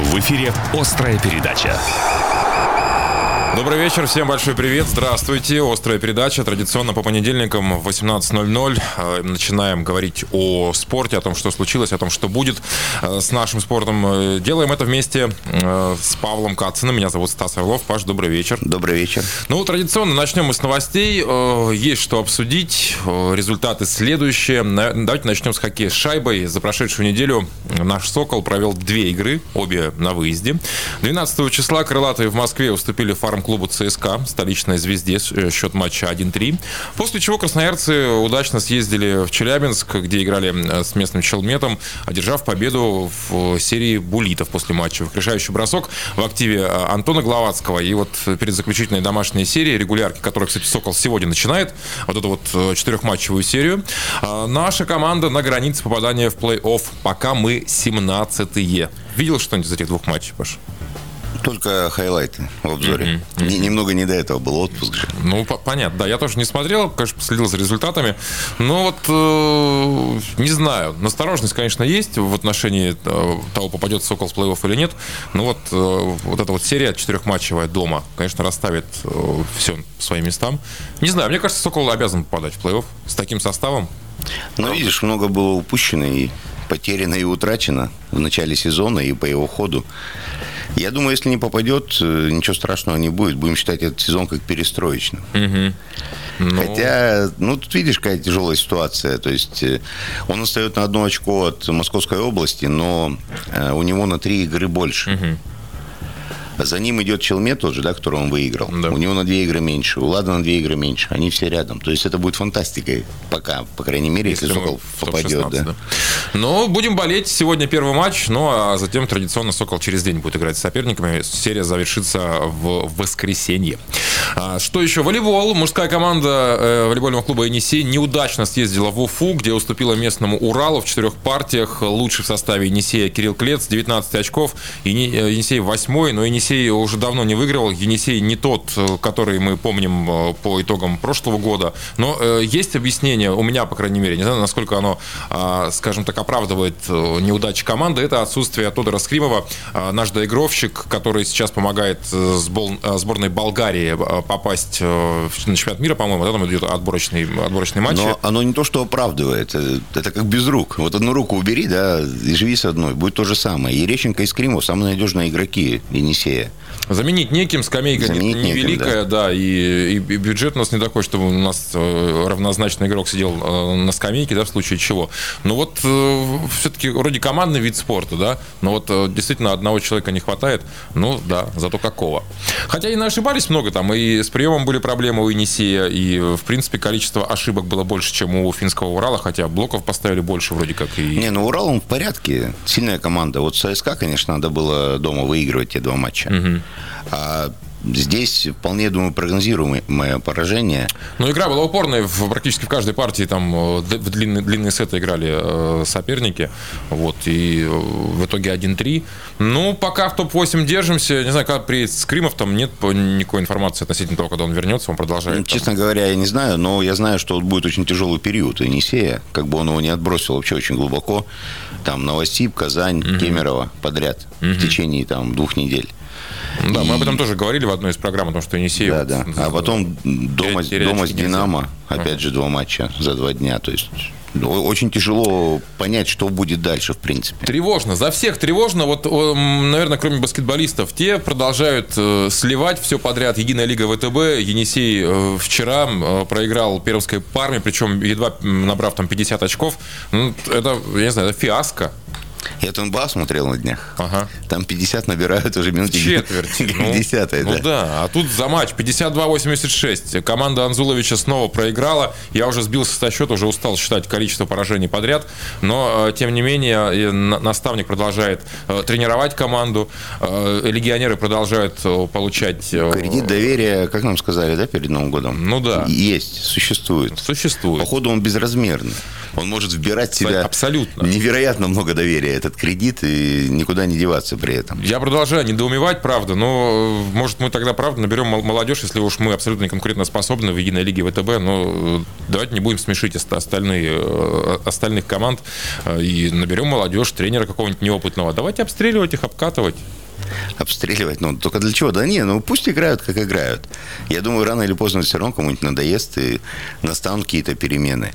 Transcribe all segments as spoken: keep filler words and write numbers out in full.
В эфире «Острая передача». Добрый вечер, всем большой привет, здравствуйте. Острая передача, традиционно по понедельникам в восемнадцать ноль ноль. Начинаем говорить о спорте, о том, что случилось, о том, что будет с нашим спортом. Делаем это вместе с Павлом Кацыным. Меня зовут Стас Орлов. Паш, добрый вечер. Добрый вечер. Ну, традиционно начнем мы с новостей. Есть что обсудить. Результаты следующие. Давайте начнем с хоккея с шайбой. За прошедшую неделю наш «Сокол» провел две игры, обе на выезде. двенадцатого числа крылатые в Москве уступили фарм клубу ЦСКА, столичной «Звезде», счет матча один три. После чего красноярцы удачно съездили в Челябинск, где играли с местным Челметом, одержав победу в серии буллитов после матча. Решающий бросок в активе Антона Гловацкого. И вот перед заключительной домашней серией, регулярки, которую, кстати, «Сокол» сегодня начинает, вот эту вот четырехматчевую серию, наша команда на границе попадания в плей-офф. Пока мы семнадцатые. Видел что-нибудь из этих двух матчей, Паш? Только хайлайты в обзоре. Mm-hmm. Mm-hmm. Немного не до этого был отпуск же. Ну, по- понятно, да. Я тоже не смотрел, конечно, последил за результатами. Но вот, э, не знаю, настороженность, конечно, есть в отношении э, того, попадет «Сокол» в плей-офф или нет. Но вот, э, вот эта вот серия четырехматчевая дома, конечно, расставит э, все по своим местам. Не знаю, мне кажется, «Сокол» обязан попадать в плей-офф с таким составом. Ну, видишь, много было упущено и потеряно, и утрачено в начале сезона и по его ходу. Я думаю, если не попадет, ничего страшного не будет. Будем считать этот сезон как перестроечным. Угу. Ну... Хотя, ну, тут видишь, какая тяжелая ситуация. То есть он отстает на одно очко от Московской области, но у него на три игры больше. Угу. За ним идет Челмет тот же, да, который он выиграл. Да. У него на две игры меньше, у Лада на две игры меньше. Они все рядом. То есть это будет фантастикой. Пока, по крайней мере, если, если «Сокол» попадет. Да. Да. Ну, будем болеть. Сегодня первый матч. Ну, а затем традиционно «Сокол» через день будет играть с соперниками. Серия завершится в воскресенье. А, что еще? Волейбол. Мужская команда э, волейбольного клуба «Енисей» неудачно съездила в Уфу, где уступила местному «Уралу» в четырех партиях. Лучший в составе «Енисея» Кирилл Клец, девятнадцать очков. «Енисей» восьмой, но «Енисей» уже давно не выигрывал. «Енисей» не тот, который мы помним по итогам прошлого года. Но э, есть объяснение, у меня, по крайней мере, не знаю, насколько оно, э, скажем так, оправдывает неудачи команды. Это отсутствие Тодора Скримова, э, наш доигровщик, который сейчас помогает сбол, сборной Болгарии попасть э, на чемпионат мира, по-моему. Вот там идет отборочный, отборочный матч. Но оно не то, что оправдывает. Это как без рук. Вот одну руку убери, да, и живи с одной. Будет то же самое. Ерещенко и Скримов самые надежные игроки «Енисея». Заменить неким, скамейка Заменить не, невеликая, да, да и, и бюджет у нас не такой, чтобы у нас равнозначный игрок сидел на скамейке, да, в случае чего. Но вот все-таки вроде командный вид спорта, да, но вот действительно одного человека не хватает, ну да, зато какого. Хотя и не ошибались много там, и с приемом были проблемы у «Енисея, и в принципе количество ошибок было больше, чем у финского «Урала», хотя блоков поставили больше вроде как и... Не, ну «Урал» он в порядке, сильная команда. Вот ЦСКА, конечно, надо было дома выигрывать те два матча. Угу. А здесь вполне, я думаю, прогнозируемое поражение. Ну, игра была упорная. В, практически в каждой партии там в длинные, длинные сеты играли э, соперники. Вот, и в итоге один три. Ну, пока в топ восемь держимся. Не знаю, когда приедет Скримов, там нет никакой информации относительно того, когда он вернется, он продолжает. Ну, честно говоря, я не знаю, но я знаю, что будет очень тяжелый период у «Енисея. Как бы он его не отбросил вообще очень глубоко. Там Новосиб, Казань, угу. Кемерово подряд угу. в течение там двух недель. Да, и... мы об этом тоже говорили в одной из программ, о том, что «Енисей». Да, да. А потом дома, дома с «Динамо», опять uh-huh. же, два матча за два дня. То есть очень тяжело понять, что будет дальше, в принципе. Тревожно. За всех тревожно. Вот, наверное, кроме баскетболистов, те продолжают сливать все подряд. Единая лига ВТБ. «Енисей» вчера проиграл Пермской «Парме», причем едва набрав там пятьдесят очков. Ну, это, я не знаю, это фиаско. Я ТНБА смотрел на днях. Ага. Там пятьдесят набирают уже минуты четверти. десятая, ну, да. Ну да, а тут за матч пятьдесят два восемьдесят шесть. Команда Анзуловича снова проиграла. Я уже сбился со счета, уже устал считать количество поражений подряд. Но, тем не менее, наставник продолжает тренировать команду. Легионеры продолжают получать... Кредит доверия, как нам сказали, да, перед Новым годом? Ну да. Есть, существует. Существует. Походу, он безразмерный. Он может вбирать в себя абсолютно невероятно много доверия, этот кредит, и никуда не деваться при этом. Я продолжаю недоумевать, правда, но, может, мы тогда, правда, наберем молодежь, если уж мы абсолютно неконкурентоспособны в единой лиге ВТБ, но давайте не будем смешить остальные, остальных команд и наберем молодежь, тренера какого-нибудь неопытного. Давайте обстреливать их, обкатывать. обстреливать. Ну, только для чего? Да не, ну пусть играют, как играют. Я думаю, рано или поздно все равно кому-нибудь надоест и настанут какие-то перемены.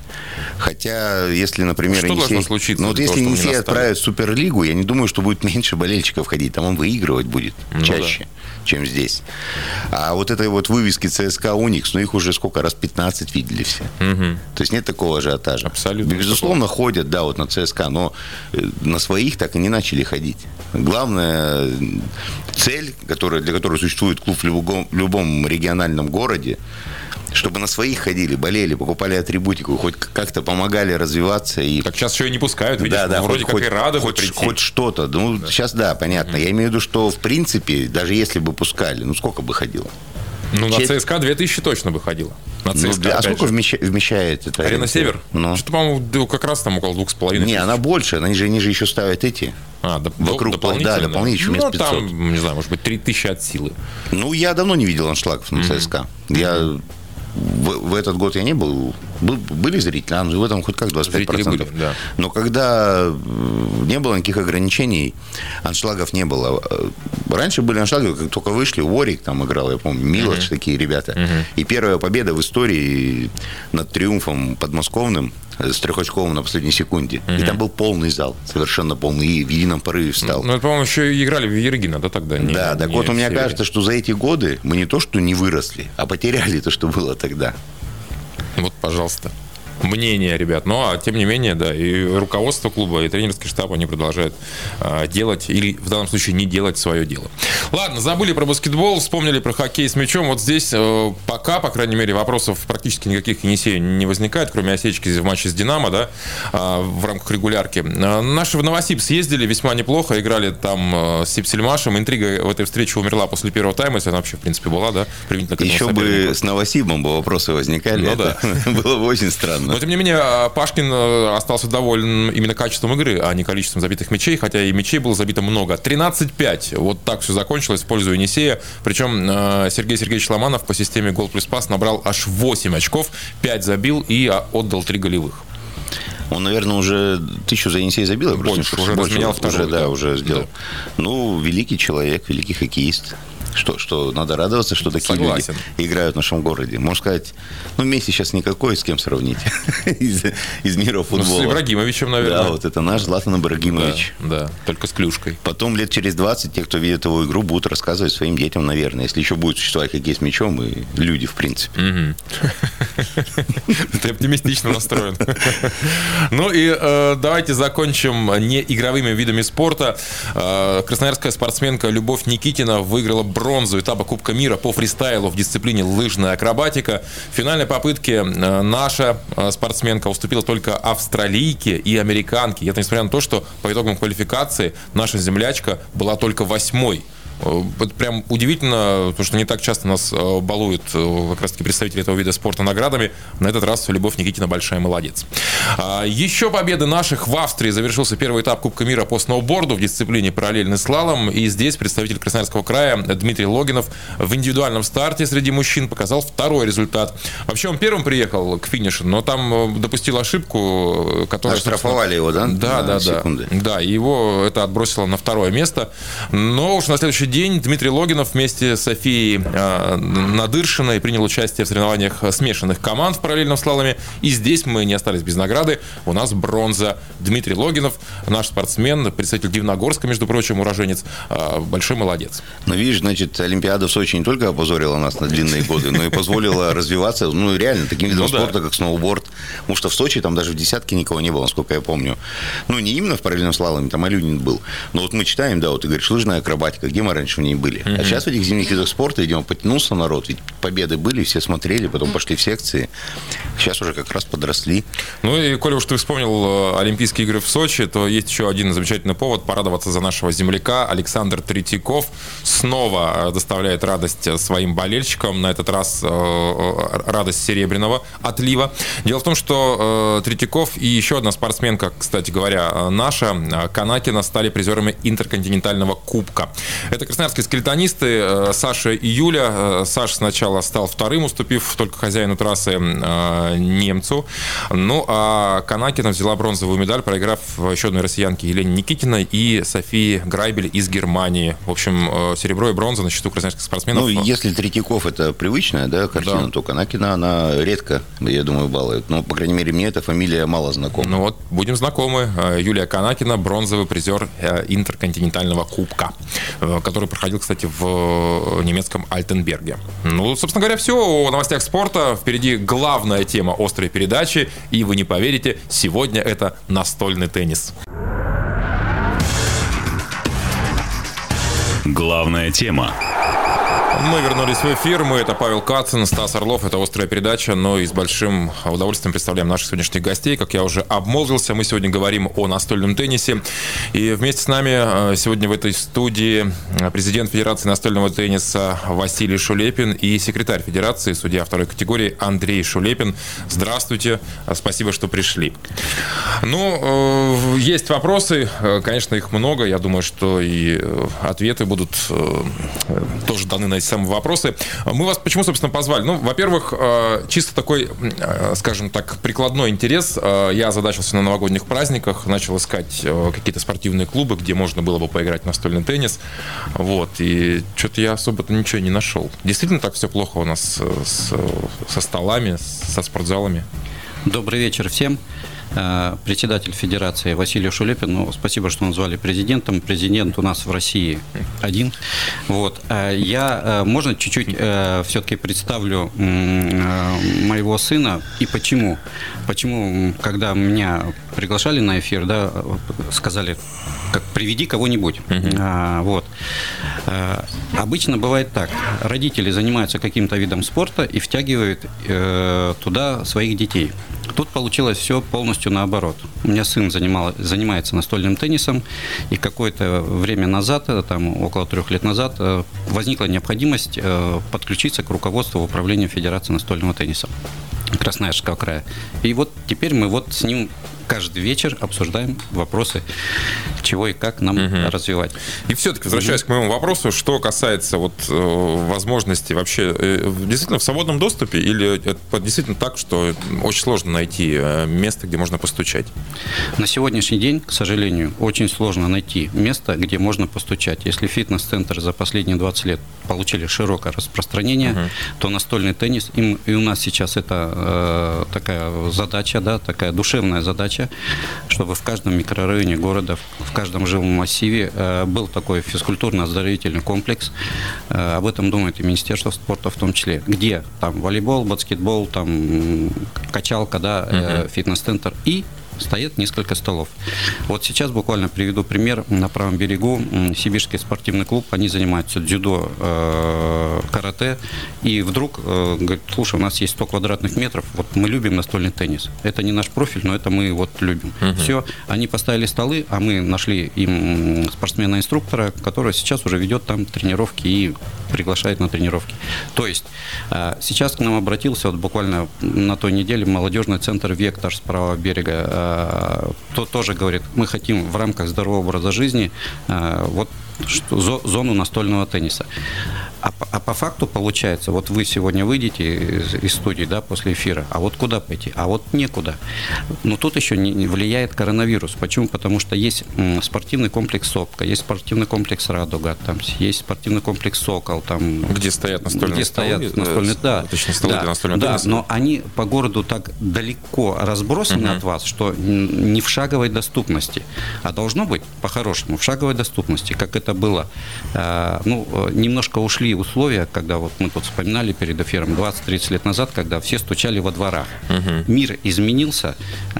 Хотя, если, например, что Енисей... должно случиться? Ну, вот если того, Енисей отправят в Суперлигу, я не думаю, что будет меньше болельщиков ходить. Там он выигрывать будет ну, чаще, да. чем здесь. А вот этой вот вывески ЦСКА Уникс, ну их уже сколько, раз пятнадцать видели все. Угу. То есть нет такого ажиотажа. Абсолютно. Безусловно, ходят, да, вот на ЦСКА, но на своих так и не начали ходить. Главная цель, которая, для которой существует клуб в любом, в любом региональном городе, чтобы на своих ходили, болели, покупали атрибутику, хоть как-то помогали развиваться. И... Так сейчас еще и не пускают, видишь, да, да, вроде хоть, как и рады хоть, прийти. Хоть что-то. Ну, да. Сейчас, да, понятно. Mm-hmm. Я имею в виду, что, в принципе, даже если бы пускали, ну, сколько бы ходило? Ну, на Честь... ЦСКА две тысячи точно бы ходило. На ЦСКА, ну, а сколько вмещает, вмещает это? Арена Север? Ну. Что-то, по-моему, как раз там около двух с половиной. Не, она больше. Они же, они же еще ставят эти. А, доп- вокруг, дополнительно? Да, дополнительно. Ну, там, не знаю, может быть, три тысячи от силы. Ну, я давно не видел аншлагов на mm-hmm. ЦСКА. Я... Mm-hmm. В, в этот год я не был. был были зрители, а в этом хоть как двадцать пять процентов. Были, да. Но когда не было никаких ограничений, аншлагов не было. Раньше были аншлаги, как только вышли, Уорик там играл, я помню, Милош, uh-huh. такие ребята. Uh-huh. И первая победа в истории над Триумфом подмосковным с трехочковым на последней секунде. Uh-huh. И там был полный зал, совершенно полный, и в едином порыве встал. Ну, это, по-моему, еще и играли в Ергина, да, тогда? Не, да, так вот, мне кажется, что за эти годы мы не то, что не выросли, а потеряли то, что было тогда. Вот, пожалуйста. Мнение, ребят. Но, а, тем не менее, да, и руководство клуба, и тренерский штаб, они продолжают а, делать, или в данном случае не делать свое дело. Ладно, забыли про баскетбол, вспомнили про хоккей с мячом. Вот здесь э, пока, по крайней мере, вопросов практически никаких Енисея не возникает, кроме осечки в матче с «Динамо», да, э, в рамках регулярки. Э, наши в Новосиб съездили весьма неплохо, играли там э, с Сипсельмашем. Интрига в этой встрече умерла после первого тайма, если она вообще, в принципе, была, да, применительно к этому Еще сопернику. бы с Новосибом бы вопросы возникали. Ну, да. Было бы очень странно. Но, тем не менее, Пашкин остался доволен именно качеством игры, а не количеством забитых мячей, хотя и мячей было забито много. тринадцать пять. Вот так все закончилось в пользу Енисея. Причем Сергей Сергеевич Ломанов по системе гол плюс пас набрал аж восемь очков, пять забил и отдал три голевых. Он, наверное, уже тысячу за Енисей забил. Больше, уже разменял второй. Уже, да, да, уже сделал. Да. Ну, великий человек, великий хоккеист. Что, что надо радоваться, что такие Согласен. люди играют в нашем городе. Можно сказать, ну, Месси сейчас никакой, с кем сравнить из, из мира футбола. Ну, с Ибрагимовичем, наверное. Да, вот это наш Златан Ибрагимович. Да, да, только с клюшкой. Потом лет через двадцать те, кто видит его игру, будут рассказывать своим детям, наверное. Если еще будет существовать хоккей с мячом и люди, в принципе. Ты оптимистично настроен. Ну и давайте закончим не игровыми видами спорта. Красноярская спортсменка Любовь Никитина выиграла бронзу бронзу этапа Кубка мира по фристайлу в дисциплине лыжная акробатика. В финальной попытке наша спортсменка уступила только австралийке и американке. И это несмотря на то, что по итогам квалификации наша землячка была только восьмой. Это прям удивительно, потому что не так часто нас балуют как раз таки представители этого вида спорта наградами. На этот раз Любовь Никитина большая молодец. Еще победы наших в Австрии. Завершился первый этап Кубка мира по сноуборду в дисциплине параллельный слалом. И здесь представитель Красноярского края Дмитрий Логинов в индивидуальном старте среди мужчин показал второй результат. Вообще он первым приехал к финишу, но там допустил ошибку, которая... Оштрафовали его, да? Да, да, да. Да, и его это отбросило на второе место. Но уж на следующий день Дмитрий Логинов вместе с Софией э, Надыршиной принял участие в соревнованиях смешанных команд в параллельном слаломе. И здесь мы не остались без награды. У нас бронза. Дмитрий Логинов, наш спортсмен, представитель Дивногорска, между прочим, уроженец. Э, большой молодец. Ну, видишь, значит, Олимпиада в Сочи не только опозорила нас на длинные годы, но и позволила развиваться, ну, реально, таким видом спорта, как сноуборд. Потому что в Сочи там даже в десятке никого не было, насколько я помню. Ну, не именно в параллельном слаломе, там Алюнин был. Но вот мы читаем, да, вот ты говоришь, лыжная акробатика, где мы раньше в ней были. Mm-hmm. А сейчас в этих зимних видах спорта, видимо, потянулся народ, ведь победы были, все смотрели, потом пошли в секции. Сейчас уже как раз подросли. Ну и, коли уж ты вспомнил Олимпийские игры в Сочи, то есть еще один замечательный повод порадоваться за нашего земляка. Александр Третьяков снова доставляет радость своим болельщикам. На этот раз радость серебряного отлива. Дело в том, что Третьяков и еще одна спортсменка, кстати говоря, наша, Канакина, стали призерами интерконтинентального кубка. Это это красноярские скелетонисты Саша и Юля. Саша сначала стал вторым, уступив только хозяину трассы немцу. Ну, а Канакина взяла бронзовую медаль, проиграв еще одной россиянке Елене Никитиной и Софии Грайбель из Германии. В общем, серебро и бронза на счету красноярских спортсменов. Ну, если Третьяков — это привычная, да, картина, да, то Канакина, она редко, я думаю, балует. Ну, по крайней мере, мне эта фамилия мало знакома. Ну вот, будем знакомы. Юлия Канакина, бронзовый призер интерконтинентального кубка, который проходил, кстати, в немецком Альтенберге. Ну, собственно говоря, все о новостях спорта. Впереди главная тема острой передачи. И вы не поверите, сегодня это настольный теннис. Главная тема. Мы вернулись в эфир. Мы — это Павел Кацин, Стас Орлов. Это «Острая передача». Но и с большим удовольствием представляем наших сегодняшних гостей. Как я уже обмолвился, мы сегодня говорим о настольном теннисе. И вместе с нами сегодня в этой студии президент Федерации настольного тенниса Василий Шулепин и секретарь Федерации, судья второй категории Андрей Шулепин. Здравствуйте. Спасибо, что пришли. Ну, есть вопросы. Конечно, их много. Я думаю, что и ответы будут тоже даны на эти самые вопросы. Мы вас почему, собственно, позвали? Ну, во-первых, чисто такой, скажем так, прикладной интерес. Я озадачился на новогодних праздниках, начал искать какие-то спортивные клубы, где можно было бы поиграть в настольный теннис. Вот. И что-то я особо-то ничего не нашел. Действительно так все плохо у нас с, со столами, со спортзалами? Добрый вечер всем. Председатель Федерации Василий Шулепин. Ну, спасибо, что назвали президентом. Президент у нас в России один. Вот. Я, можно, чуть-чуть все-таки представлю моего сына и почему. Почему, когда меня приглашали на эфир, да, сказали, как приведи кого-нибудь. Uh-huh. А, вот. А, обычно бывает так. Родители занимаются каким-то видом спорта и втягивают э, туда своих детей. Тут получилось все полностью наоборот. У меня сын занимал, занимается настольным теннисом, и какое-то время назад, там, около трех лет назад, возникла необходимость подключиться к руководству управления Федерации настольного тенниса Красноярского края. И вот теперь мы вот с ним каждый вечер обсуждаем вопросы, чего и как нам угу. развивать. И все-таки, возвращаясь угу. к моему вопросу, что касается вот, э, возможности вообще, э, действительно в свободном доступе, или это действительно так, что очень сложно найти э, место, где можно постучать? На сегодняшний день, к сожалению, очень сложно найти место, где можно постучать. Если фитнес-центры за последние двадцать лет получили широкое распространение, угу. то настольный теннис, и, и у нас сейчас это э, такая задача, да, такая душевная задача, чтобы в каждом микрорайоне города, в каждом жилом массиве э, был такой физкультурно-оздоровительный комплекс. Э, об этом думает и Министерство спорта в том числе. Где там волейбол, баскетбол, там качалка, да, э, фитнес-центр и стоят несколько столов. Вот сейчас буквально приведу пример. На правом берегу Сибирский спортивный клуб, они занимаются дзюдо, э, карате, и вдруг э, говорят, слушай, у нас есть сто квадратных метров, вот мы любим настольный теннис. Это не наш профиль, но это мы вот любим. Uh-huh. Все, они поставили столы, а мы нашли им спортсмена-инструктора, который сейчас уже ведет там тренировки и приглашает на тренировки. То есть э, сейчас к нам обратился вот буквально на той неделе молодежный центр «Вектор» с правого берега. Тот тоже говорит, мы хотим в рамках здорового образа жизни вот что, зону настольного тенниса. А, а по факту получается, вот вы сегодня выйдете из, из студии, да, после эфира, а вот куда пойти? А вот некуда. Но тут еще не, не влияет коронавирус. Почему? Потому что есть спортивный комплекс «Сопка», есть спортивный комплекс «Радуга», там есть спортивный комплекс «Сокол». Там, где стоят настольные где столы, стоят настольные, да, точнее, столы да, для настольного да, тенниса. но они по городу так далеко разбросаны uh-huh. от вас, что не в шаговой доступности. А должно быть, по-хорошему, в шаговой доступности, как это было. Ну, немножко ушли условия, когда вот мы тут вспоминали перед эфиром двадцать-тридцать лет назад, когда все стучали во дворах. Uh-huh. Мир изменился,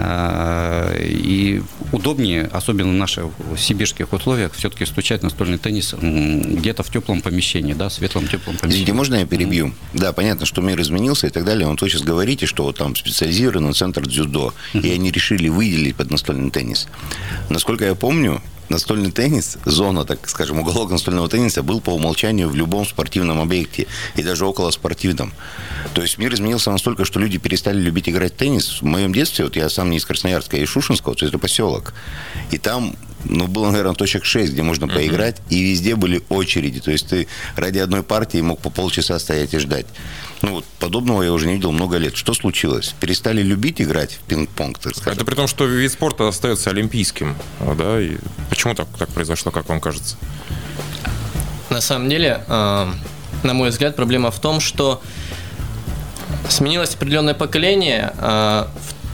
и удобнее, особенно в наших сибирских условиях, все-таки стучать настольный теннис где-то в теплом помещении, да, светлом теплом помещении. Извините, можно я перебью? Mm-hmm. Да, понятно, что мир изменился и так далее. Вот вы сейчас говорите, что вот там специализированный центр дзюдо, mm-hmm. и они решили выделить под настольный теннис. Насколько я помню, настольный теннис, зона, так скажем, уголок настольного тенниса был по умолчанию в любом спортивном объекте, и даже около спортивном. То есть мир изменился настолько, что люди перестали любить играть в теннис. В моем детстве, вот я сам не из Красноярска, а из Шушинского, то есть это поселок, и там ну, было, наверное, точек шесть, где можно uh-huh. поиграть, и везде были очереди. То есть ты ради одной партии мог по полчаса стоять и ждать. Ну, вот подобного я уже не видел много лет. Что случилось? Перестали любить играть в пинг-понг, так сказать? Это при том, что вид спорта остается олимпийским, да? И почему так, так произошло, как вам кажется? На самом деле, э, на мой взгляд, проблема в том, что сменилось определенное поколение. Э,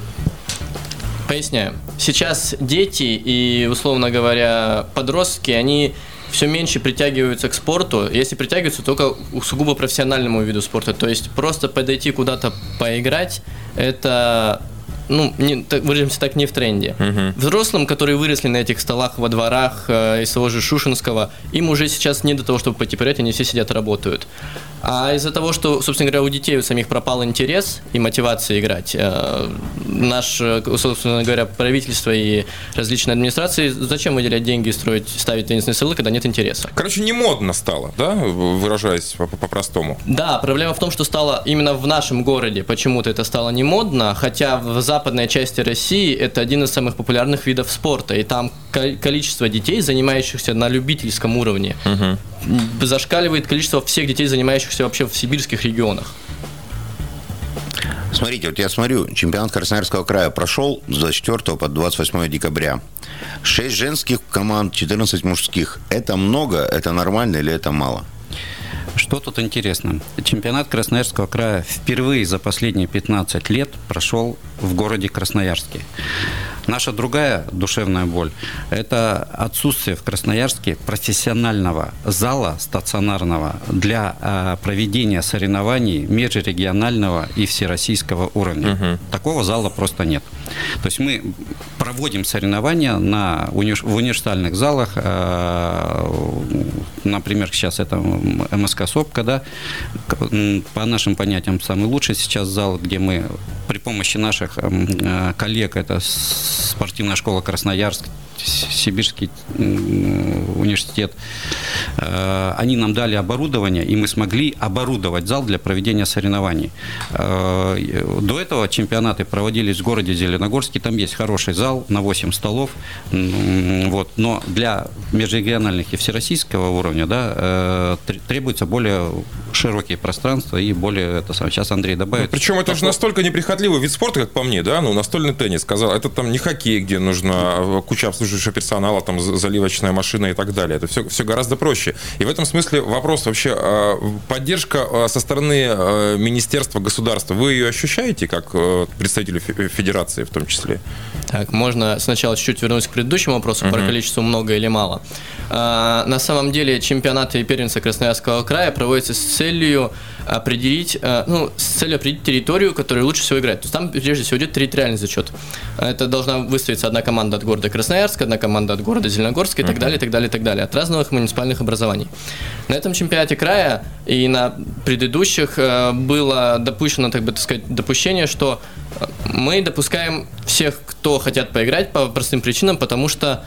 в... Поясняю. Сейчас дети и, условно говоря, подростки, они все меньше притягиваются к спорту, если притягиваются, только к сугубо профессиональному виду спорта. То есть просто подойти куда-то поиграть, это, ну, не, так, выразимся так, не в тренде. Uh-huh. Взрослым, которые выросли на этих столах во дворах э, из того же Шушинского, им уже сейчас не до того, чтобы пойти поиграть, они все сидят и работают. А из-за того, что, собственно говоря, у детей у самих пропал интерес и мотивация играть, э, наше, собственно говоря, правительство и различные администрации, зачем выделять деньги и строить, ставить теннисные столы, когда нет интереса? Короче, не модно стало, да, выражаясь по-простому? Да, проблема в том, что стало именно в нашем городе почему-то это стало не модно, хотя в западной части России это один из самых популярных видов спорта, и там количество детей, занимающихся на любительском уровне, угу. зашкаливает количество всех детей, занимающихся вообще в сибирских регионах. Смотрите, вот я смотрю, чемпионат Красноярского края прошел с двадцать четвёртого по двадцать восьмое декабря. шесть женских команд, четырнадцать мужских. Это много, это нормально или это мало? Что тут интересно? Чемпионат Красноярского края впервые за последние пятнадцать лет прошел в городе Красноярске. Наша другая душевная боль – это отсутствие в Красноярске профессионального зала стационарного для э, проведения соревнований межрегионального и всероссийского уровня. Угу. Такого зала просто нет. То есть мы проводим соревнования на уни- в универсальных залах, э, например, сейчас это эм эс ка «Сопка», да, по нашим понятиям самый лучший сейчас зал, где мы при помощи наших э, коллег, это спортивная школа Красноярск, Сибирский университет, они нам дали оборудование, и мы смогли оборудовать зал для проведения соревнований. До этого чемпионаты проводились в городе Зеленогорске, там есть хороший зал на восемь столов, вот. Но для межрегиональных и всероссийского уровня, да, требуется более широкие пространства и более, это сам, сейчас Андрей добавит. Ну, причем это же настолько неприхотливый вид спорта, как по мне, да, ну, настольный теннис, сказал, это там не хоккей, где нужна куча обслуживающего персонала, там заливочная машина и так далее. Это все, все гораздо проще. И в этом смысле вопрос вообще, поддержка со стороны министерства, государства, вы ее ощущаете, как представители федерации в том числе? Так, можно сначала чуть-чуть вернуться к предыдущему вопросу, uh-huh. про количество много или мало. А, на самом деле чемпионаты и первенства Красноярского края проводятся с целью определить, ну, с целью определить территорию, которая лучше всего играет. То есть там, прежде всего, идет территориальный зачет. Это должна выставиться одна команда от города Красноярска, одна команда от города Зеленогорска и так далее, и так далее, и так далее, от разных муниципальных образований. На этом чемпионате края и на предыдущих было допущено, так бы так сказать, допущение, что мы допускаем всех, кто хотят поиграть, по простым причинам, потому что,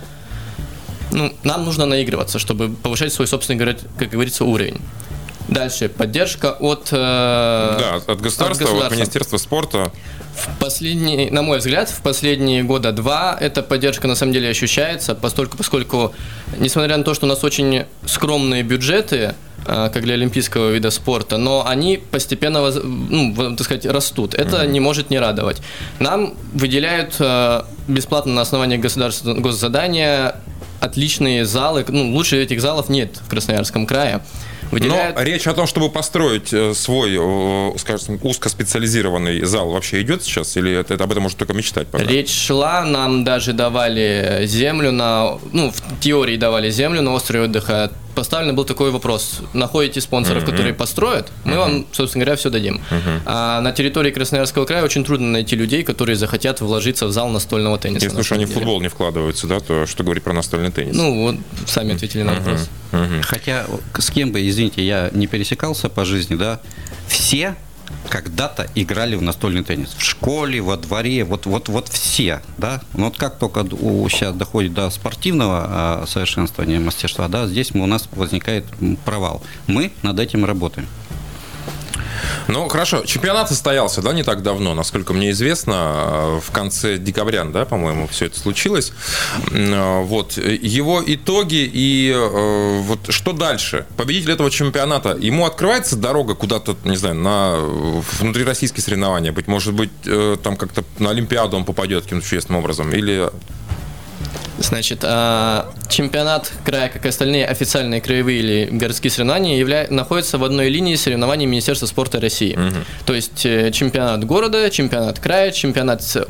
ну, нам нужно наигрываться, чтобы повышать свой собственный, как говорится, уровень. Дальше поддержка от, э, да, от государства, от государства, от Министерства спорта. В последние, на мой взгляд, в последние года два эта поддержка на самом деле ощущается, поскольку, поскольку, несмотря на то, что у нас очень скромные бюджеты, э, как для олимпийского вида спорта, но они постепенно, ну, так сказать, растут. Это mm-hmm. не может не радовать. Нам выделяют э, бесплатно на основании государственного госзадания отличные залы. Ну, лучше этих залов нет в Красноярском крае. Выделяют... Но речь о том, чтобы построить свой, скажем, узкоспециализированный зал, вообще идет сейчас? Или это, об этом можно только мечтать пока? Речь шла, нам даже давали землю на... Ну, в теории давали землю на острове отдыха. Поставлен был такой вопрос. Находите спонсоров, mm-hmm. которые построят, мы mm-hmm. вам, собственно говоря, все дадим. Mm-hmm. А на территории Красноярского края очень трудно найти людей, которые захотят вложиться в зал настольного тенниса. Если уж они в футбол не вкладываются, да, то что говорить про настольный теннис? Ну, вот сами ответили на вопрос. Mm-hmm. Mm-hmm. Хотя с кем бы, извините, я не пересекался по жизни, да, все когда-то играли в настольный теннис. В школе, во дворе, вот, вот, вот все, да. Но вот как только у, сейчас доходит до спортивного а, совершенствования мастерства, да, здесь мы, у нас возникает провал. Мы над этим работаем. Ну, хорошо. Чемпионат состоялся, да, не так давно, насколько мне известно, в конце декабря, да, по-моему, все это случилось. Вот. Его итоги и вот что дальше? Победитель этого чемпионата, ему открывается дорога куда-то, не знаю, на внутрироссийские соревнования? Быть может быть, там как-то на Олимпиаду он попадет каким-то чудесным образом? Или... Значит, чемпионат края, как и остальные официальные краевые или городские соревнования, явля... находятся в одной линии соревнований Министерства спорта России. Угу. То есть чемпионат города, чемпионат края, чемпионат с...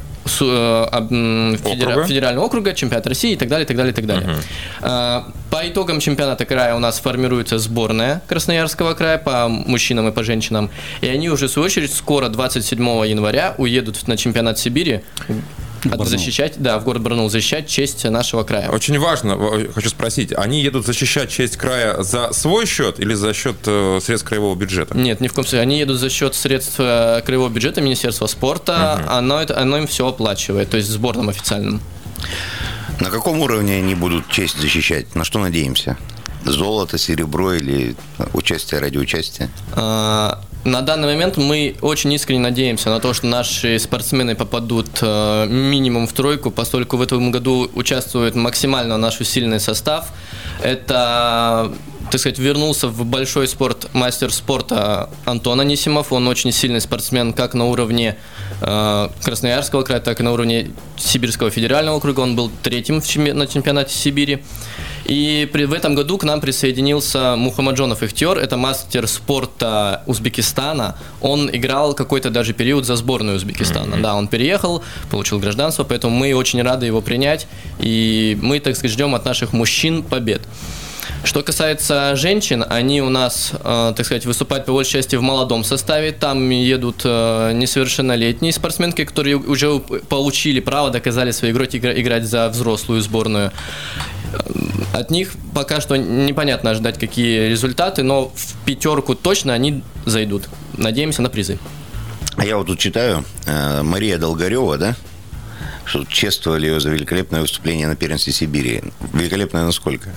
Федера... федерального округа, чемпионат России и так далее, и так далее, и так далее. Угу. По итогам чемпионата края у нас формируется сборная Красноярского края по мужчинам и по женщинам, и они уже, в свою очередь, скоро, двадцать седьмого января, уедут на чемпионат Сибири. Защищать, да, в город Барнаул, защищать честь нашего края. Очень важно, хочу спросить, они едут защищать честь края за свой счет или за счет э, средств краевого бюджета? Нет, ни в коем случае. Они едут за счет средств краевого бюджета Министерства спорта, угу. оно, это, оно им все оплачивает, то есть сборным официальным. На каком уровне они будут честь защищать? На что надеемся? Золото, серебро или участие, ради участия? А, на данный момент мы очень искренне надеемся на то, что наши спортсмены попадут э, минимум в тройку, поскольку в этом году участвует максимально наш усиленный состав. Это, так сказать, вернулся в большой спорт мастер спорта Антон Анисимов. Он очень сильный спортсмен как на уровне э, Красноярского края, так и на уровне Сибирского федерального округа. Он был третьим в чемпи- на чемпионате Сибири. И при, в этом году к нам присоединился Мухамаджонов Ихтиор, это мастер спорта Узбекистана. Он играл какой-то даже период за сборную Узбекистана. Mm-hmm. Да, он переехал, получил гражданство, поэтому мы очень рады его принять. И мы, так сказать, ждем от наших мужчин побед. Что касается женщин, они у нас, э, так сказать, выступают по большей части в молодом составе. Там едут э, несовершеннолетние спортсменки, которые уже получили право, доказали свою игру, играть за взрослую сборную. От них пока что непонятно ожидать, какие результаты, но в пятерку точно они зайдут. Надеемся на призы. А я вот тут читаю, э, Мария Долгарева, да? Что чествовали ее за великолепное выступление на первенстве Сибири. Великолепное насколько?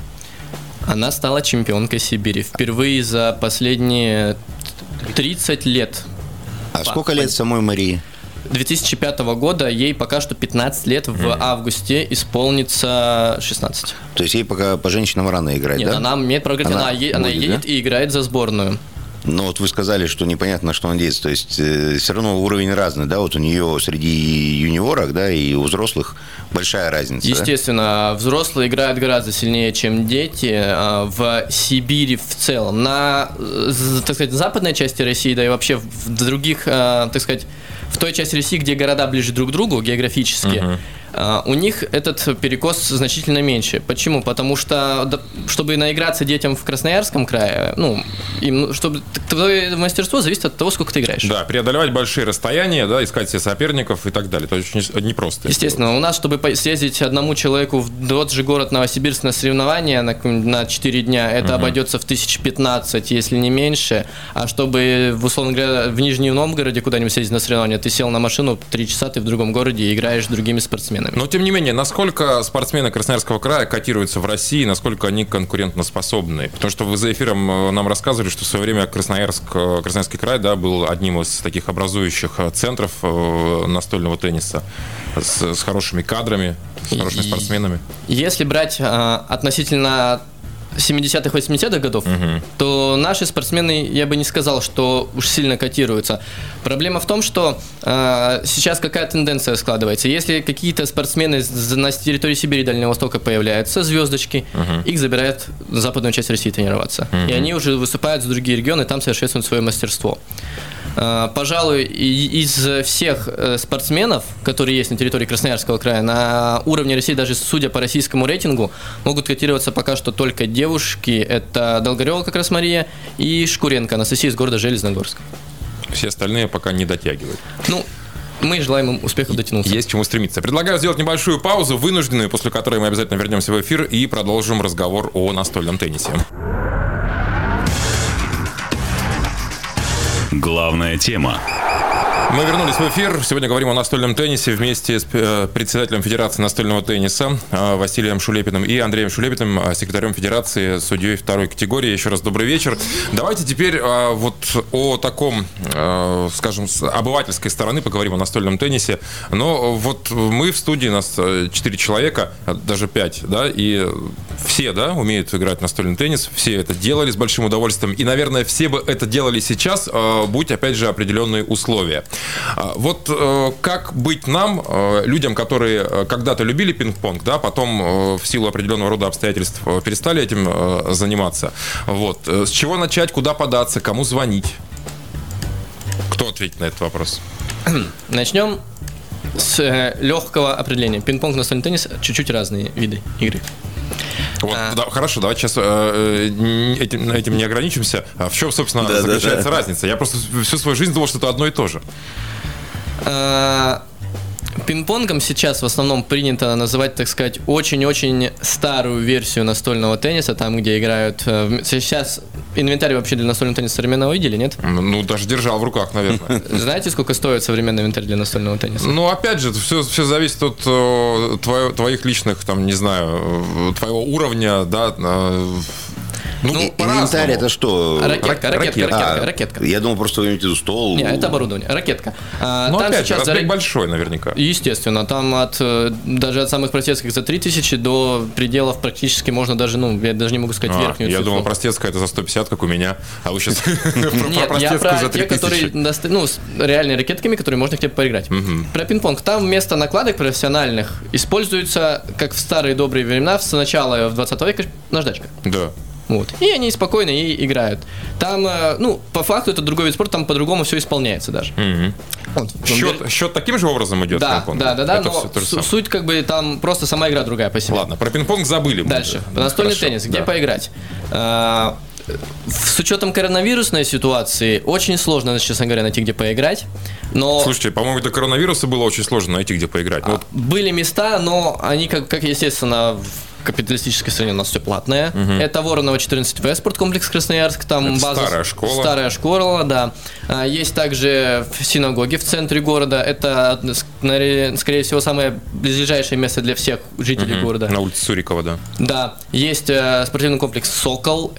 Она стала чемпионкой Сибири. Впервые за последние тридцать лет. А сколько лет самой Марии? две тысячи пятого года, ей пока что пятнадцать лет, в mm. августе исполнится шестнадцать. То есть ей пока по женщинам рано играть, Нет, да? Нет, она имеет право играть, она, она, будет, она едет да? и играет за сборную. Ну вот вы сказали, что непонятно, на что надеяться. То есть э, все равно уровень разный, да? Вот у нее среди юниорок, да, и у взрослых большая разница. Естественно, да? Взрослые играют гораздо сильнее, чем дети э, в Сибири в целом. На, так сказать, западной части России, да и вообще в других, э, так сказать, в той части России, где города ближе друг к другу географически, uh-huh. uh, у них этот перекос значительно меньше. Почему? Потому что, да, чтобы наиграться детям в Красноярском крае, ну, им, чтобы твое мастерство зависит от того, сколько ты играешь. Да, преодолевать большие расстояния, да, искать себе соперников и так далее. Это очень непросто. Естественно, у нас, чтобы съездить одному человеку в тот же город Новосибирск на соревнования на, на четыре дня, это uh-huh. обойдется в тысяч пятнадцать, если не меньше. А чтобы, условно говоря, в Нижнем Новгороде куда-нибудь съездить на соревнования, ты сел на машину, три часа ты в другом городе и играешь с другими спортсменами. Но, тем не менее, насколько спортсмены Красноярского края котируются в России, насколько они конкурентоспособны? Потому что вы за эфиром нам рассказывали, что в свое время Красноярск, Красноярский край, да, был одним из таких образующих центров настольного тенниса с, с хорошими кадрами, с хорошими и, спортсменами. Если брать а, относительно семидесятых, восьмидесятых годов, uh-huh. то наши спортсмены, я бы не сказал, что уж сильно котируются. Проблема в том, что э, сейчас какая тенденция складывается. Если какие-то спортсмены на территории Сибири и Дальнего Востока появляются, звездочки, uh-huh. их забирают в западную часть России тренироваться. Uh-huh. И они уже выступают за другие регионы, там совершенствуют свое мастерство. Пожалуй, из всех спортсменов, которые есть на территории Красноярского края, на уровне России, даже судя по российскому рейтингу, могут котироваться пока что только девушки. Это Долгарева как раз Мария и Шкуренко Анастасия из города Железногорск. Все остальные пока не дотягивают. Ну, мы желаем им успехов дотянуться. Есть к чему стремиться. Предлагаю сделать небольшую паузу, вынужденную, после которой мы обязательно вернемся в эфир и продолжим разговор о настольном теннисе. Главная тема Мы вернулись в эфир. Сегодня говорим о настольном теннисе вместе с председателем Федерации настольного тенниса Василием Шулепиным и Андреем Шулепиным, секретарем Федерации, судьей второй категории. Еще раз добрый вечер. Давайте теперь вот о таком, скажем, с обывательской стороны поговорим о настольном теннисе. Но вот мы в студии, нас четыре человека, даже пять, да, и все, да, умеют играть в настольный теннис, все это делали с большим удовольствием. И, наверное, все бы это делали сейчас, будь, опять же, определенные условия. Вот как быть нам, людям, которые когда-то любили пинг-понг, да, потом в силу определенного рода обстоятельств перестали этим заниматься. Вот. С чего начать, куда податься, кому звонить? Кто ответит на этот вопрос? Начнем с легкого определения. Пинг-понг, настольный теннис – чуть-чуть разные виды игры. Вот, а... да, хорошо, давайте сейчас э, этим, этим не ограничимся. А в чем, собственно, да, заключается да, да. разница? Я просто всю свою жизнь думал, что это одно и то же. А... Пинг-понгом сейчас в основном принято называть, так сказать, очень-очень старую версию настольного тенниса, там, где играют... Сейчас инвентарь вообще для настольного тенниса современного видели, нет? Ну, даже держал в руках, наверное. Знаете, сколько стоит современный инвентарь для настольного тенниса? Ну, опять же, все, все зависит от твоих, твоих личных, там, не знаю, твоего уровня, да, Ну, ну инвентарь это что? Ракетка, ракетка, ракетка, а, ракетка. Я думал, просто вы имеете в виду стол. Нет, это оборудование, ракетка. А, ну, там опять же, разбег за... большой наверняка. Естественно, там от, даже от самых простецких за три тысячи до пределов практически можно даже, ну, я даже не могу сказать а, верхнюю я цифру. думал, простецкая это за сто пятьдесят, как у меня, а вы сейчас про простецкую за три тысячи. Нет, я про те, которые, ну, с реальными ракетками, которые можно хотя бы поиграть. Про пинг-понг. Там вместо накладок профессиональных используется, как в старые добрые времена, сначала в двадцатом веке, наждачка. Да. Вот. И они спокойно и играют. Там, ну, по факту это другой вид спорта, там по-другому все исполняется даже. Mm-hmm. Вот. Счет, Бер... счет таким же образом идет? Да, да, да, да, это но с- суть как бы там просто сама игра другая по себе. Ладно, про пинг-понг забыли. Дальше. Да. Настольный Хорошо. теннис, где да. поиграть? А- С учетом коронавирусной ситуации очень сложно, честно говоря, найти, где поиграть. Но... Слушайте, по-моему, до коронавируса было очень сложно найти, где поиграть. А, вот... Были места, но они, как, как естественно, в капиталистической стране у нас все платное. Угу. Это Воронова четырнадцать вэ, спорткомплекс Красноярск. Там это база... старая школа. Старая школа, да. Есть также в синагоге в центре города. Это, скорее всего, самое ближайшее место для всех жителей угу. города. На улице Сурикова, да. Да. Есть спортивный комплекс «Сокол».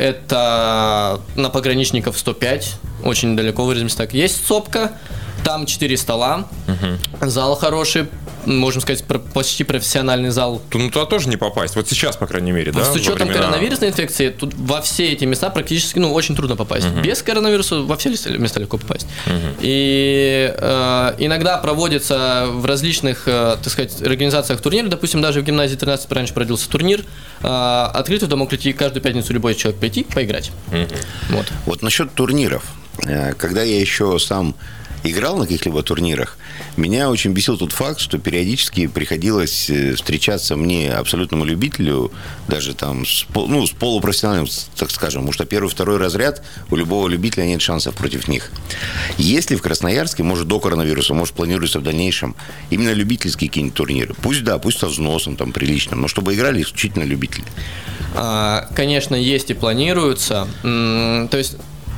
Это на Пограничников сто пять. Очень далеко, выразимся так. Есть «Сопка». Там четыре стола, угу. зал хороший, можем сказать, почти профессиональный зал. Ну, туда тоже не попасть, вот сейчас, по крайней мере, да? С учетом времена... коронавирусной инфекции, тут во все эти места практически, ну, очень трудно попасть. Угу. Без коронавируса во все места легко попасть. Угу. И э, иногда проводятся в различных, э, так сказать, организациях турниры, допустим, даже в гимназии тринадцать раньше проводился турнир, э, открыто туда мог прийти каждую пятницу любой человек прийти, поиграть. Угу. Вот. Вот насчет турниров. Когда я еще сам играл на каких-либо турнирах, меня очень бесил тот факт, что периодически приходилось встречаться мне, абсолютному любителю, даже там с, ну, с полупрофессиональным, так скажем, потому что первый, второй разряд у любого любителя нет шансов против них. Если в Красноярске, может, до коронавируса, может, планируется в дальнейшем именно любительские какие-нибудь турниры, пусть да, пусть со взносом там приличным, но чтобы играли исключительно любители. Конечно, есть и планируются. То есть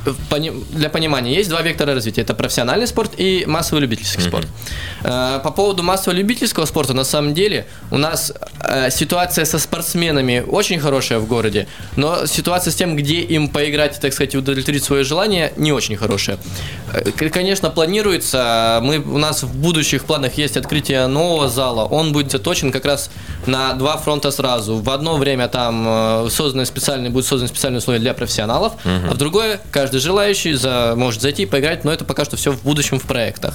для понимания, есть два вектора развития. Это профессиональный спорт и массовый любительский mm-hmm. спорт. По поводу массового любительского спорта, на самом деле, у нас ситуация со спортсменами очень хорошая в городе, но ситуация с тем, где им поиграть, так сказать, удовлетворить свое желание, не очень хорошая. Конечно, планируется, мы, у нас в будущих планах есть открытие нового зала, он будет заточен как раз на два фронта сразу. В одно время там созданы специальные, будут созданы специальные условия для профессионалов, mm-hmm. а в другое каждый желающий за, может зайти и поиграть, но это пока что все в будущем в проектах.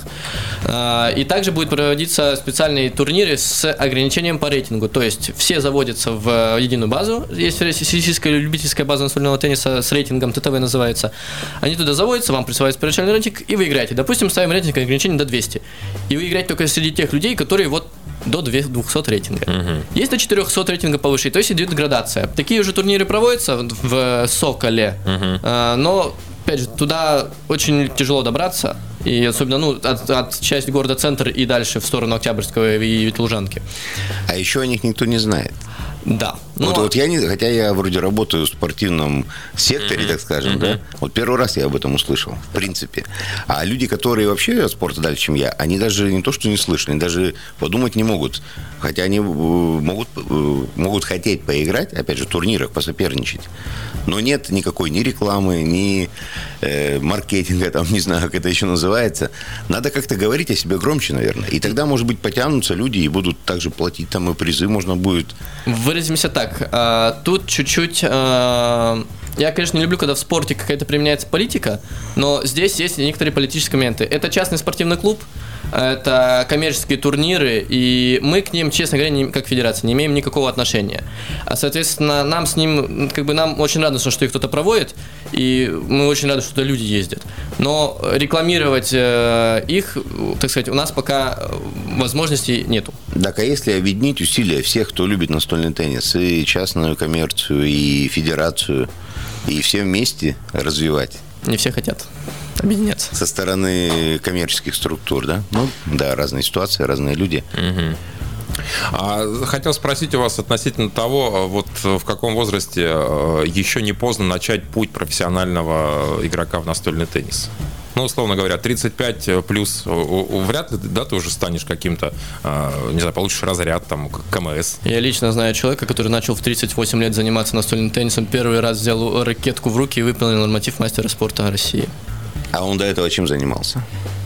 И также будет проводиться специальные турниры с ограничением по рейтингу, то есть все заводятся в единую базу, есть российская любительская база настольного тенниса с рейтингом, тэ тэ вэ называется, они туда заводятся, вам присваивается первоначальный рейтинг, и вы играете. Допустим, ставим рейтинг ограничения до двухсот, и вы играете только среди тех людей, которые вот до двухсот рейтинга. Uh-huh. Есть до четырехсот рейтинга повыше, то есть идет градация. Такие же турниры проводятся в Соколе, uh-huh. но, опять же, туда очень тяжело добраться, и особенно ну, от, от части города центр и дальше в сторону Октябрьского и Ветлужанки. А еще о них никто не знает. Да. Но... Вот, вот я не, хотя я вроде работаю в спортивном секторе, mm-hmm. так скажем, mm-hmm. да, вот первый раз я об этом услышал, в принципе. А люди, которые вообще от спорта дальше, чем я, они даже не то, что не слышали, они даже подумать не могут. Хотя они могут, могут хотеть поиграть, опять же, в турнирах, посоперничать. Но нет никакой ни рекламы, ни э, маркетинга, там, не знаю, как это еще называется. Надо как-то говорить о себе громче, наверное. И тогда, может быть, потянутся люди и будут также платить, там и призы можно будет. Выразимся так. А, тут чуть-чуть... А, я, конечно, не люблю, когда в спорте какая-то применяется политика, но здесь есть некоторые политические моменты. Это частный спортивный клуб, это коммерческие турниры, и мы к ним, честно говоря, не, как федерация, не имеем никакого отношения. А, соответственно, нам с ним, как бы нам очень радостно, что их кто-то проводит, и мы очень рады, что туда люди ездят. Но рекламировать э, их, так сказать, у нас пока возможностей нету. Так, а если объединить усилия всех, кто любит настольный теннис, и частную коммерцию, и федерацию, и все вместе развивать? Не все хотят объединяться. Со стороны коммерческих структур, да? Ну, да, разные ситуации, разные люди. Угу. А хотел спросить у вас относительно того, вот в каком возрасте еще не поздно начать путь профессионального игрока в настольный теннис? Ну, условно говоря, тридцать пять плюс, вряд ли, да, ты уже станешь каким-то, не знаю, получишь разряд, там, КМС. Я лично знаю человека, который начал в тридцать восемь лет заниматься настольным теннисом, первый раз взял ракетку в руки и выполнил норматив мастера спорта России. А он до этого чем занимался?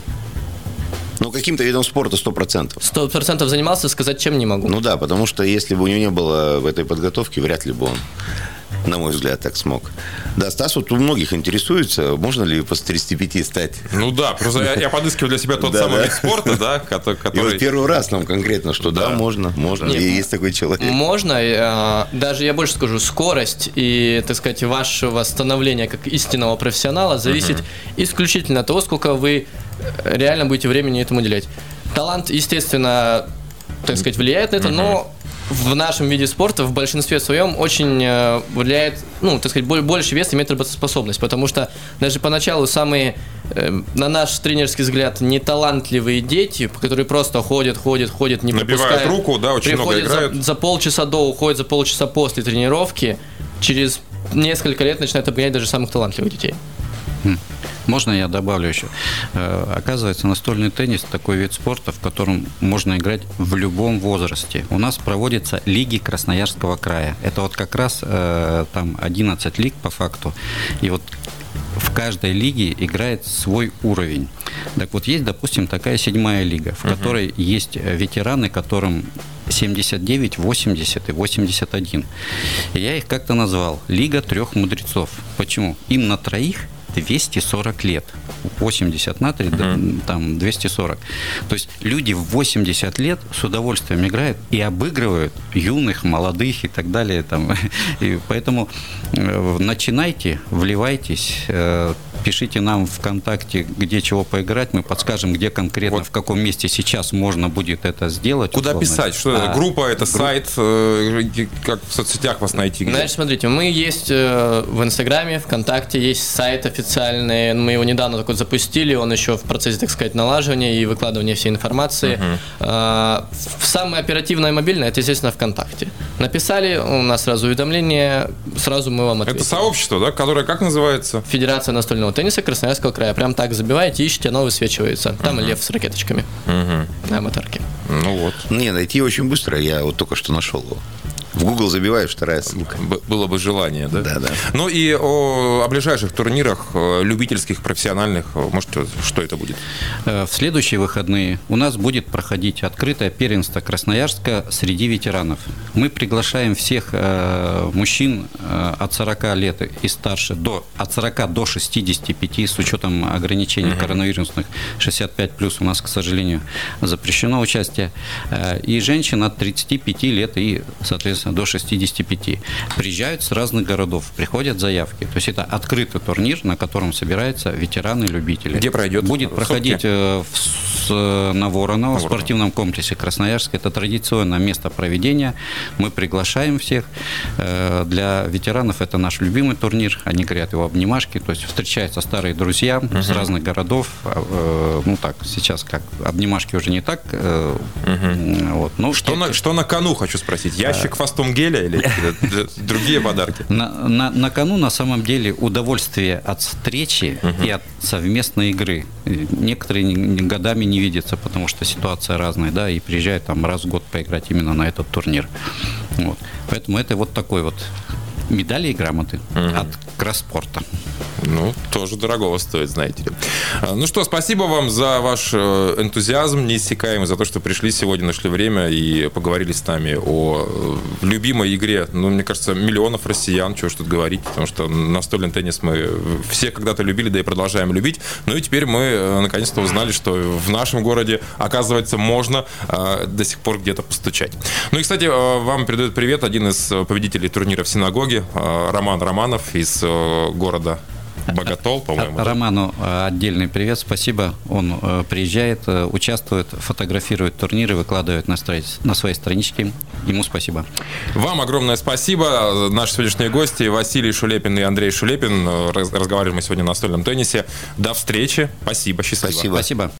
Ну, каким-то видом спорта сто процентов. Сто процентов занимался, сказать чем не могу. Ну да, потому что если бы у него не было в этой подготовки, вряд ли бы он, на мой взгляд, так смог. Да, Стас, вот у многих интересуется, можно ли после тридцати пяти стать... Ну да, просто я, я подыскиваю для себя тот самый вид спорта, да, который... И вот первый раз нам конкретно, что да, можно, можно, Нет, и есть такой человек. Можно, даже я больше скажу, скорость и, так сказать, ваше восстановление как истинного профессионала зависит uh-huh. исключительно от того, сколько вы реально будете времени этому уделять. Талант, естественно, так сказать, влияет на это, uh-huh. но в нашем виде спорта в большинстве своем очень влияет, ну, так сказать, больше вес имеет работоспособность, потому что даже поначалу самые, на наш тренерский взгляд, неталантливые дети, которые просто ходят, ходят, ходят, не набивают пропускают, руку, да, очень много играют. За, за полчаса до, уходят за полчаса после тренировки, через несколько лет начинают обгонять даже самых талантливых детей. Можно я добавлю еще? Оказывается, настольный теннис – такой вид спорта, в котором можно играть в любом возрасте. У нас проводятся лиги Красноярского края. Это вот как раз там одиннадцать лиг по факту. И вот в каждой лиге играет свой уровень. Так вот, есть, допустим, такая седьмая лига, в которой uh-huh. есть ветераны, которым семьдесят девять, восемьдесят и восемьдесят один. И я их как-то назвал «Лига трех мудрецов». Почему? Им на троих двести сорок лет. восемьдесят на три, uh-huh. там двести сорок. То есть люди в восемьдесят лет с удовольствием играют и обыгрывают юных, молодых и так далее. Там. И поэтому начинайте, вливайтесь, пишите нам ВКонтакте, где чего поиграть, мы подскажем, где конкретно, вот. В каком месте сейчас можно будет это сделать. Куда условно. Писать? Что это? А, группа, это групп... сайт, как в соцсетях вас найти? Где? Значит, смотрите, мы есть в Инстаграме, ВКонтакте, есть сайт официальный, мы его недавно только запустили, он еще в процессе, так сказать, налаживания и выкладывания всей информации. Uh-huh. Самое оперативное и мобильное, это, естественно, ВКонтакте. Написали, у нас сразу уведомление, сразу мы вам ответим. Это сообщество, да, которое как называется? Федерация настольного тенниса Красноярского края. Прям так забиваете, ищите, оно высвечивается. Там uh-huh. лев с ракеточками uh-huh. на аватарке. Ну вот. Не, найти очень быстро, я вот только что нашел его. В Google забиваешь, вторая ссылка. Было бы желание, да? Да, да. Ну и о, о ближайших турнирах, любительских, профессиональных, может, что это будет? В следующие выходные у нас будет проходить открытое первенство Красноярска среди ветеранов. Мы приглашаем всех э, мужчин э, от сорока лет и старше, до, от сорока до шестидесяти пяти, с учетом ограничений uh-huh. коронавирусных, шестьдесят пять плюс у нас, к сожалению, запрещено участие, э, и женщин от тридцати пяти лет и, соответственно, до шестидесяти пяти. Приезжают с разных городов, приходят заявки. То есть это открытый турнир, на котором собираются ветераны-любители. Где пройдет? Будет проходить в, с, на Воронова, в спортивном комплексе Красноярска. Это традиционное место проведения. Мы приглашаем всех. Для ветеранов это наш любимый турнир. Они говорят его обнимашки. То есть встречаются старые друзья uh-huh. с разных городов. Ну так, сейчас как обнимашки уже не так. Uh-huh. Вот. Ну, что, те, на, что на кону, хочу спросить? Ящик фасоли пластом геля или другие подарки? На, на, на кону на самом деле удовольствие от встречи uh-huh. и от совместной игры. Некоторые годами не видятся, потому что ситуация разная, да, и приезжают там раз в год поиграть именно на этот турнир. Вот. Поэтому это вот такой вот медали и грамоты uh-huh. от Кросспорта. Ну, тоже дорогого стоит, знаете ли. Ну что, спасибо вам за ваш энтузиазм неиссякаемый, за то, что пришли сегодня, нашли время и поговорили с нами о любимой игре, ну, мне кажется, миллионов россиян, чего ж тут говорить, потому что настольный теннис мы все когда-то любили, да и продолжаем любить. Ну и теперь мы наконец-то узнали, что в нашем городе, оказывается, можно до сих пор где-то постучать. Ну и, кстати, вам передает привет один из победителей турнира в синагоге, Роман Романов из города Боготол, по-моему. Роману отдельный привет, спасибо. Он приезжает, участвует, фотографирует турниры, выкладывает на, стра... на своей страничке. Ему спасибо. Вам огромное спасибо. Наши сегодняшние гости Василий Шулепин и Андрей Шулепин. Разговариваем мы сегодня о настольном теннисе. До встречи. Спасибо. Счастливо. Спасибо. Спасибо.